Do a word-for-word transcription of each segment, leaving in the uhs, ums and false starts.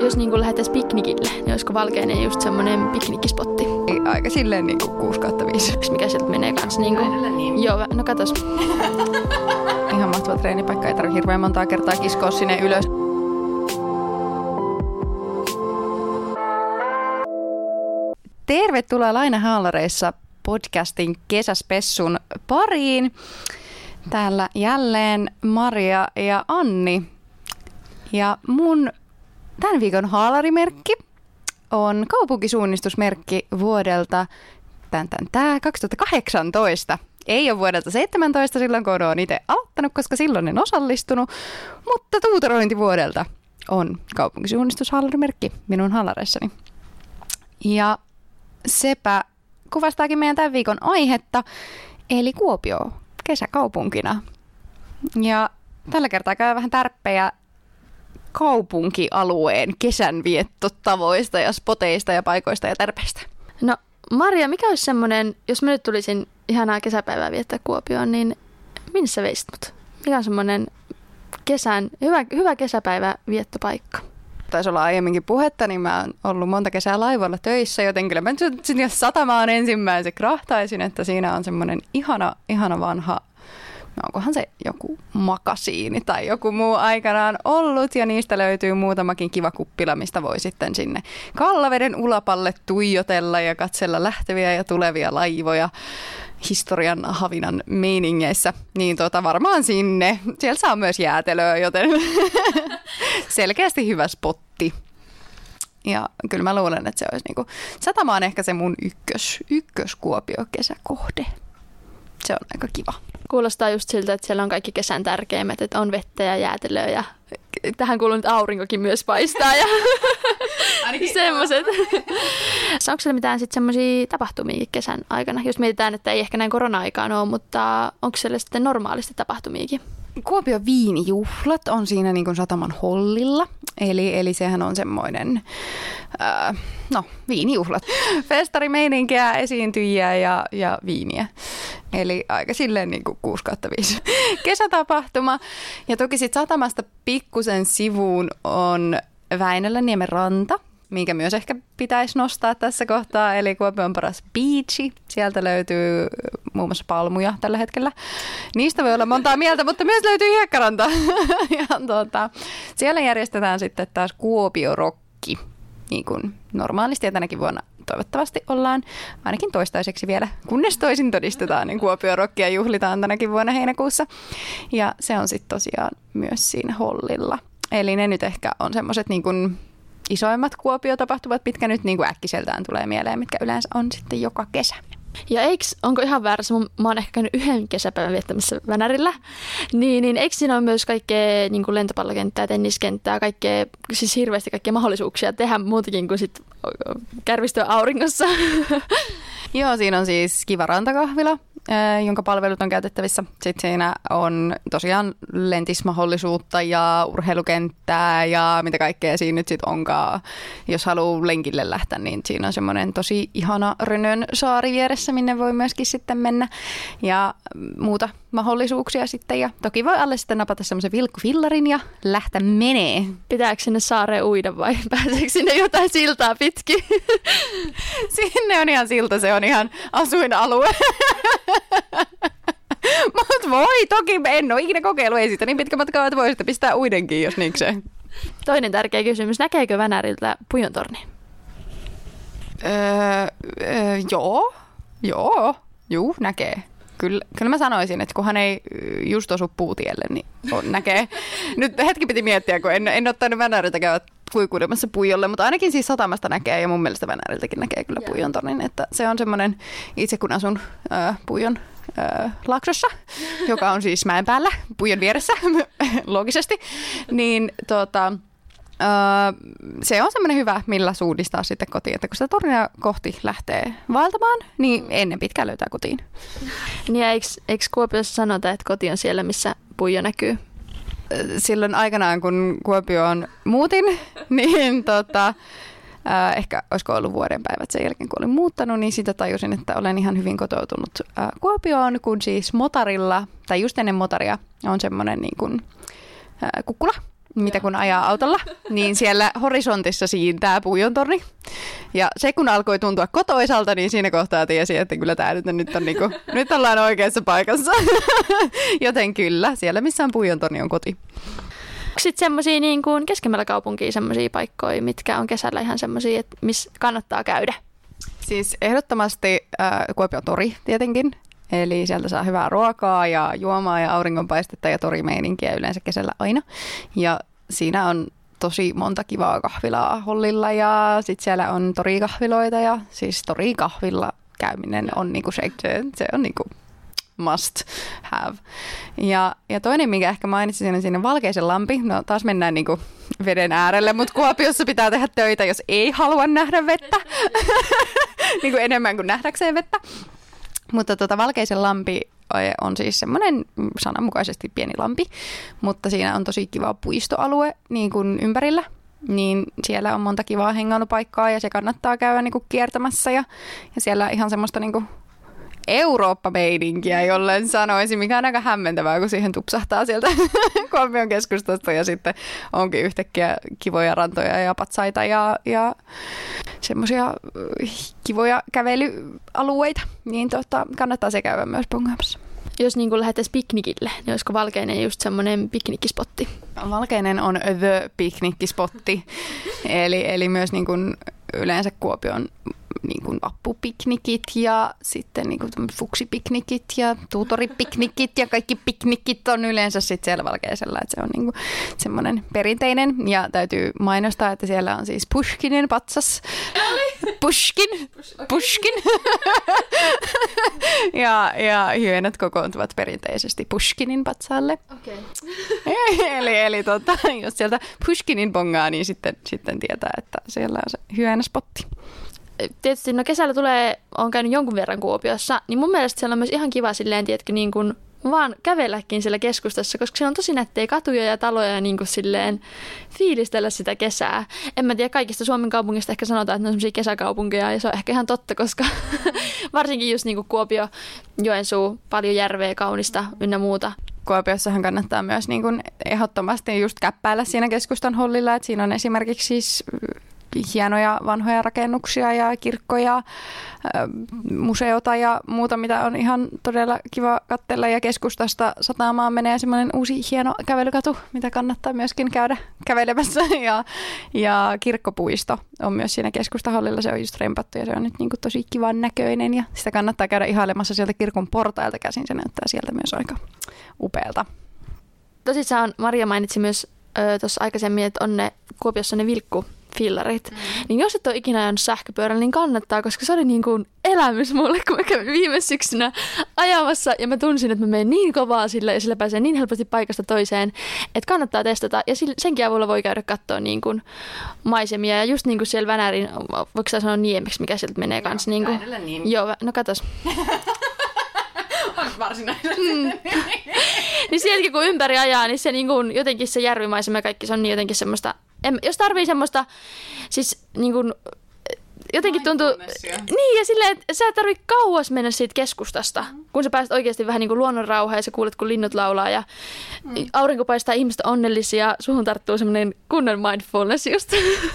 jos niinku lähdettäisiin piknikille, niin olisiko Valkeinen just semmoinen piknikkispotti? Aika silleen niinku kuusi kautta viisi. Mikä sieltä menee kanssa niinku... Niin. Joo, no katos. Ihan mahtava treenipaikka, ei tarvitse hirveän montaa kertaa kiskoa sinne ylös. Tervetuloa Laina Haalareissa podcastin kesäspessun pariin. Täällä jälleen Maria ja Anni. Ja mun tämän viikon haalarimerkki on kaupunkisuunnistusmerkki vuodelta tän, tän, tää, kaksituhattakahdeksantoista. Ei ole vuodelta seitsemäntoista silloin, kun olen itse aloittanut, koska silloin en osallistunut. Mutta tuutorointivuodelta on kaupunkisuunnistushaalarimerkki minun haalareissani. Ja sepä kuvastaakin meidän tämän viikon aihetta, eli Kuopio kesäkaupunkina. Ja tällä kertaa käy vähän tärppejä kaupunkialueen kesänviettotavoista ja spoteista ja paikoista ja tärpeistä. No Maria, mikä olisi semmoinen, jos mä nyt tulisin ihanaa kesäpäivää viettää Kuopioon, niin minne sä veisit mut? Mikä on semmoinen kesän, hyvä, hyvä kesäpäivä viettopaikka? Taisi olla aiemminkin puhetta, niin mä oon ollut monta kesää laivalla töissä, joten kyllä mä nyt sinne satamaan ensimmäisen krahtaisin, että siinä on semmoinen ihana, ihana vanha, no onkohan se joku makasiini tai joku muu aikanaan ollut, ja niistä löytyy muutamakin kiva kuppila, mistä voi sitten sinne Kallaveden ulapalle tuijotella ja katsella lähteviä ja tulevia laivoja historian havinan meiningeissä, niin tota varmaan sinne. Siellä saa myös jäätelöä, joten selkeästi hyvä spotti. Ja kyllä mä luulen, että se olisi niinku, satama on ehkä se mun ykkös, ykkös Kuopio kesäkohde. Se on aika kiva. Kuulostaa just siltä, että siellä on kaikki kesän tärkeimmät, että on vettä ja jäätelöä ja tähän kuuluu nyt aurinkokin myös paistaa ja semmoiset. Onko siellä mitään sitten semmoisia tapahtumia kesän aikana? Jos mietitään, että ei ehkä näin korona-aikaan ole, mutta onko siellä sitten normaalisti tapahtumiakin? Kuopion viinijuhlat on siinä niin kuin sataman hollilla, eli, eli sehän on semmoinen, äh, no viinijuhlat, festarimeininkiä, esiintyjiä ja, ja viiniä. Eli aika silleen niin kuin kuusi kautta viisi kesätapahtuma. Ja toki sitten satamasta pikkusen sivuun on Väinölänniemen ranta, minkä myös ehkä pitäisi nostaa tässä kohtaa, eli Kuopion paras beachi. Sieltä löytyy muun muassa palmuja tällä hetkellä. Niistä voi olla montaa mieltä, mutta myös löytyy hiekkaranta. Ja tuota, siellä järjestetään sitten taas Kuopio-rokki, niin kuin normaalisti, ja tänäkin vuonna toivottavasti ollaan ainakin toistaiseksi vielä, kunnes toisin todistetaan, niin Kuopio-rokkia juhlitaan tänäkin vuonna heinäkuussa. Ja se on sitten tosiaan myös siinä hollilla. Eli ne nyt ehkä on semmoiset niin kuin isoimmat Kuopio-tapahtuvat, mitkä nyt niin kuin äkkiseltään tulee mieleen, mitkä yleensä on sitten joka kesä. Ja eiks, onko ihan väärässä, mä oon ehkä käynyt yhden kesäpäivän viettämässä Vänärillä, niin, niin eikö siinä ole myös kaikkea niin kuin lentopallokenttää, tenniskenttää, kaikkea, siis hirveästi kaikkia mahdollisuuksia tehdä muutakin kuin sit kärvistyä auringossa? Joo, siinä on siis kiva rantakahvila, jonka palvelut on käytettävissä. Sitten siinä on tosiaan lentismahdollisuutta ja urheilukenttää ja mitä kaikkea siinä nyt sitten onkaan. Jos haluaa lenkille lähteä, niin siinä on semmoinen tosi ihana Rönön saari vieressä, minne voi myöskin sitten mennä. Ja muuta mahdollisuuksia sitten. Ja toki voi alle sitten napata semmoisen vilkkufillarin ja lähteä menee. Pitääkö sinne saareen uida vai pääseekö sinne jotain siltaa pitkin? Sinne on ihan silta, se on ihan asuinalue. Mutta voi, toki en ole ikinä kokeillut, ei sitä niin pitkä matkaa, että voi sitä pistää uidenkin, jos niikseen. Toinen tärkeä kysymys, näkeekö Vänäriltä Pujontorni? Öö, öö, joo, joo, juu, näkee. Kyllä, kyllä mä sanoisin, että kunhan ei just osu puutielle, niin on, näkee. Nyt hetki piti miettiä, kun en, en ottanut Vänäriltä käydä kuikuudemassa Puijolle, mutta ainakin siis satamasta näkee ja mun mielestä Vänäriltäkin näkee kyllä Pujontornin, että se on semmoinen, itse kun asun äh, Puijon äh, Laaksossa, joka on siis mäen päällä, Puijon vieressä, loogisesti, niin tota, äh, se on semmoinen hyvä, millä suunnistaa sitten kotiin, että kun sitä tornia kohti lähtee vaeltamaan, niin ennen pitkään löytää kotiin. Niin eikö, eikö Kuopiossa sanota, että koti on siellä, missä Puijo näkyy? Silloin aikanaan, kun Kuopioon muutin, niin tota, äh, ehkä olisiko ollut vuodenpäivät sen jälkeen, kun olin muuttanut, niin sitä tajusin, että olen ihan hyvin kotoutunut äh, Kuopioon, kun siis motarilla, tai just ennen motaria, on semmoinen niin kuin, äh, kukkula, mitä kun ajaa autolla, niin siellä horisontissa siintää Puijontorni. Ja se kun alkoi tuntua kotoisalta, niin siinä kohtaa tiesi, että kyllä tämä nyt, nyt, on niinku, nyt ollaan oikeassa paikassa. Joten kyllä, siellä missä on Puijontorni on koti. Sitten semmoisia niin kuin keskemmällä kaupunkia semmoisia paikkoja, mitkä on kesällä ihan semmoisia, että missä kannattaa käydä. Siis ehdottomasti äh, Kuopion tori tietenkin. Eli sieltä saa hyvää ruokaa ja juomaa ja auringonpaistetta ja torimeininkiä yleensä kesällä aina. Ja siinä on tosi monta kivaa kahvilaa Hollilla ja sitten siellä on torikahviloita ja siis torikahvilla käyminen on niinku se, se on niinku must have. Ja, ja toinen, minkä ehkä mainitsin, on siinä Valkeisenlampi. No taas mennään niinku veden äärelle, mutta Kuopiossa pitää tehdä töitä, jos ei halua nähdä vettä. Niinku enemmän kuin nähdäkseen vettä. Mutta tuota, Valkeisenlampi on siis semmoinen sananmukaisesti pieni lampi, mutta siinä on tosi kiva puistoalue niin kuin ympärillä. Niin siellä on monta kivaa hengailupaikkaa ja se kannattaa käydä niin kuin kiertämässä ja, ja siellä ihan semmoista niin kuin Eurooppa-meininkiä, jolleen sanoisin, mikä on aika hämmentävää, kun siihen tupsahtaa sieltä Kuopion keskustasta ja sitten onkin yhtäkkiä kivoja rantoja ja patsaita ja, ja semmoisia kivoja kävelyalueita, niin tota, kannattaa se käydä myös bongaamassa. Jos niin kuin lähdettäisiin piknikille, niin olisiko Valkeinen just semmoinen piknikkispotti? Valkeinen on the piknikkispotti, eli, eli myös niin kuin yleensä Kuopion niin kuin vappupiknikit ja sitten niin kuin fuksipiknikit ja tuutoripiknikit ja kaikki piknikit on yleensä sitten siellä Valkeisella, että se on niin kuin semmoinen perinteinen ja täytyy mainostaa, että siellä on siis Pushkinin patsas. Pushkin, Pushkin. ja, ja hyönät kokoontuvat perinteisesti Pushkinin patsaalle. Okay. eli eli tota, jos sieltä Pushkinin bongaa, niin sitten, sitten tietää, että siellä on se hyönäspotti. Tietysti no kesällä tulee, on käynyt jonkun verran Kuopiossa, niin mun mielestä siellä on myös ihan kiva silleen, tiedätkö, niin kuin vaan kävelläkin siellä keskustassa, koska siellä on tosi nättejä katuja ja taloja ja niin kuin silleen fiilistellä sitä kesää. En mä tiedä, kaikista Suomen kaupungista ehkä sanotaan, että ne on sellaisia kesäkaupunkeja ja se on ehkä ihan totta, koska varsinkin just niin kuin Kuopio, Joensuu, paljon järveä, kaunista ynnä muuta. Kuopiossahan kannattaa myös niin kuin ehdottomasti just käppäillä siinä keskustan Hollilla, että siinä on esimerkiksi siis hienoja vanhoja rakennuksia ja kirkkoja, museota ja muuta, mitä on ihan todella kiva katsella. Ja keskustasta Satamaan menee semmoinen uusi hieno kävelykatu, mitä kannattaa myöskin käydä kävelemässä. Ja, ja kirkkopuisto on myös siinä keskustahollilla, se on just rempattu ja se on nyt niin kuin tosi kivan näköinen. Ja sitä kannattaa käydä ihailemassa sieltä kirkon portailta käsin, se näyttää sieltä myös aika upealta. Tosissaan Maria mainitsi myös tuossa aikaisemmin, että on ne Kuopiossa ne vilkku. Fillarit. Mm. Niin jos et ole ikinä ajanut sähköpyörällä, niin kannattaa, koska se oli niin kuin elämys mulle, kun mä kävin viime syksynä ajamassa ja mä tunsin, että mä menen niin kovaa sillä ja sillä pääsee niin helposti paikasta toiseen, että kannattaa testata ja senkin avulla voi käydä katsoa niin kuin maisemia ja just niin kuin siellä Vänärin, voiko sä sanoa Niemeksi, mikä sieltä menee kanssa? Niin kuin, joo, no katos. Varsinaisesti. Mm. Niin sieltäkin kun ympäri ajaa, niin se niin kuin, jotenkin se järvimaisema ja kaikki se on niin jotenkin semmoista, en, jos tarvii semmoista, siis niin kuin, jotenkin tuntuu, niin ja silleen, että sä et tarvitse kauas mennä siitä keskustasta, mm. kun sä pääset oikeasti vähän niin kuin luonnon rauhaan ja sä kuulet, kun linnut laulaa ja mm. aurinko paistaa, ihmiset on onnellisia, suhun tarttuu semmoinen kunnon mindfulness just.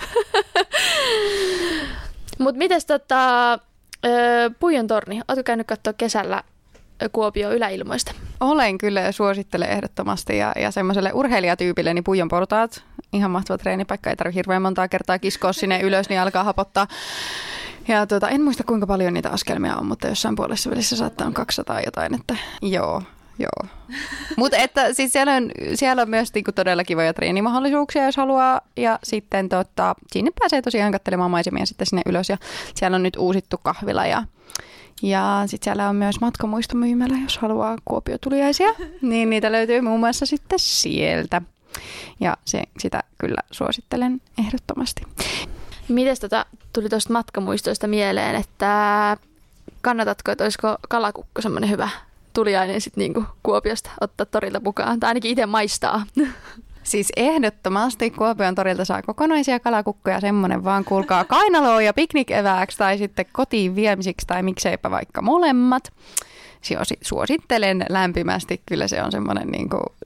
Mutta mites tota, Puijontorni, ootko käynyt katsoa kesällä Kuopio yläilmoista? Olen kyllä ja suosittelen ehdottomasti ja, ja semmoiselle urheilijatyypille niin Puijon portaat, ihan mahtava treenipaikka, ei tarvitse hirveän montaa kertaa kiskoa sinne ylös, niin alkaa hapottaa. Ja tuota, en muista kuinka paljon niitä askelmia on, mutta jossain puolessa välissä saattaa on kaksisataa jotain, että joo. Joo. Mutta että siis siellä on, siellä on myös niinku todella kivoja treenimahdollisuuksia, jos haluaa. Ja sitten tota, sinne pääsee tosiaan katselemaan maisemia sitten sinne ylös. Ja siellä on nyt uusittu kahvila ja, ja sitten siellä on myös matkamuistomyymälä, jos haluaa kuopiotuliaisia. Niin niitä löytyy muun muassa sitten sieltä. Ja se, sitä kyllä suosittelen ehdottomasti. Mites tota, tuli tuosta matkamuistoista mieleen, että kannatatko, että olisiko kalakukko semmoinen hyvä tuliainen sitten niinku Kuopiosta ottaa torilta mukaan, tai ainakin itse maistaa. Siis ehdottomasti Kuopion torilta saa kokonaisia kalakukkoja, semmoinen vaan kuulkaa kainaloon ja piknikevääksi tai sitten kotiin viemisiksi tai mikseipä vaikka molemmat. Suosittelen lämpimästi, kyllä se on semmoinen niinku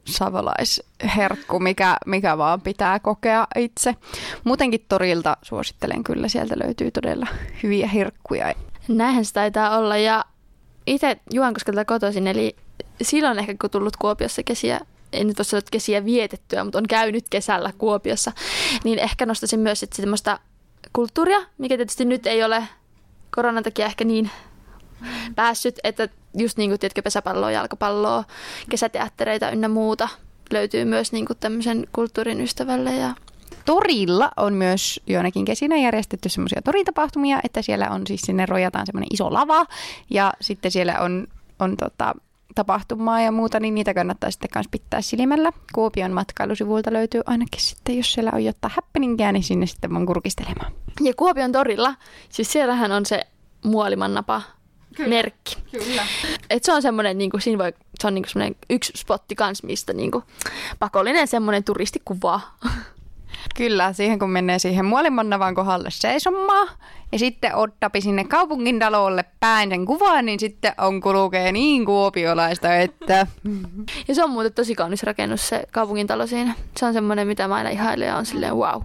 savolaisherkku, mikä, mikä vaan pitää kokea itse. Muutenkin torilta suosittelen kyllä, sieltä löytyy todella hyviä herkkuja. Näinhän se taitaa olla ja itse Juankoskelta kotoisin, eli silloin ehkä kun tullut Kuopiossa kesiä, en nyt ole kesiä vietettyä, mutta on käynyt kesällä Kuopiossa, niin ehkä nostaisin myös sit semmoista kulttuuria, mikä tietysti nyt ei ole koronan takia ehkä niin päässyt, että just niin kuin tiedätkö, pesäpalloa, jalkapalloa, kesäteattereita ynnä muuta löytyy myös niin kuin tämmöisen kulttuurin ystävälle. Ja torilla on myös joinakin kesinä järjestetty semmoisia toritapahtumia, että siellä on siis sinne rojataan semmoinen iso lava ja sitten siellä on, on tota, tapahtumaa ja muuta, niin niitä kannattaa sitten myös pitää silmällä. Kuopion matkailusivuilta löytyy ainakin sitten, jos siellä on jotain happeningia, niin sinne sitten vaan kurkistelemaan. Ja Kuopion torilla, siis siellähän on se muoliman napa merkki. Kyllä. Et se on semmoinen, niinku, siinä voi, se on niinku semmoinen yksi spotti kans, mistä niinku, pakollinen semmoinen turistikuva. Kyllä, siihen kun menee siihen muolimannavan kohdalle seisomaan ja sitten ottapi sinne kaupungintalolle päin sen kuvan, niin sitten on kulkee niin kuopiolaista, että... Ja se on muuten tosi kaunis rakennus se kaupungintalo siinä. Se on semmoinen, mitä mä aina ihailen ja on silleen wow.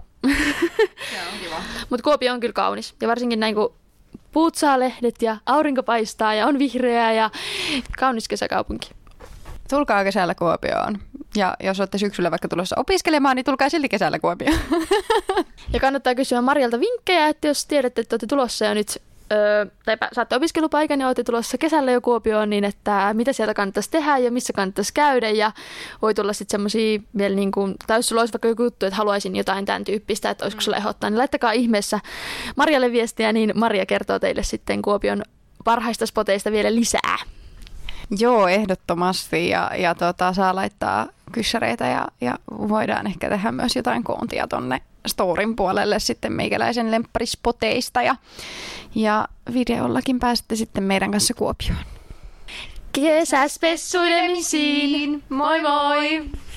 Mutta Kuopio on kyllä kaunis ja varsinkin näin kun puut saa lehdet ja aurinko paistaa ja on vihreää ja kaunis kesäkaupunki. Tulkaa kesällä Kuopioon. Ja jos olette syksyllä vaikka tulossa opiskelemaan, niin tulkaa silti kesällä Kuopioon. Ja kannattaa kysyä Marjalta vinkkejä, että jos tiedätte, että olette tulossa jo nyt, öö, tai saatte opiskelupaikan ja olette tulossa kesällä jo Kuopioon, niin että mitä sieltä kannattaisi tehdä ja missä kannattaisi käydä. Ja voi tulla sitten semmoisia vielä niin kuin, tai jos sulla olisi vaikka joku juttu, että haluaisin jotain tämän tyyppistä, että olisiko sulla ehdottaa, niin laittakaa ihmeessä Marjalle viestiä, niin Maria kertoo teille sitten Kuopion parhaista spoteista vielä lisää. Joo, ehdottomasti ja, ja tota, saa laittaa kyssäreitä ja, ja voidaan ehkä tehdä myös jotain koontia tonne storin puolelle sitten meikäläisen lempparispoteista ja, ja videollakin pääsette sitten meidän kanssa Kuopioon. Kesäspessuilemisiin, moi moi!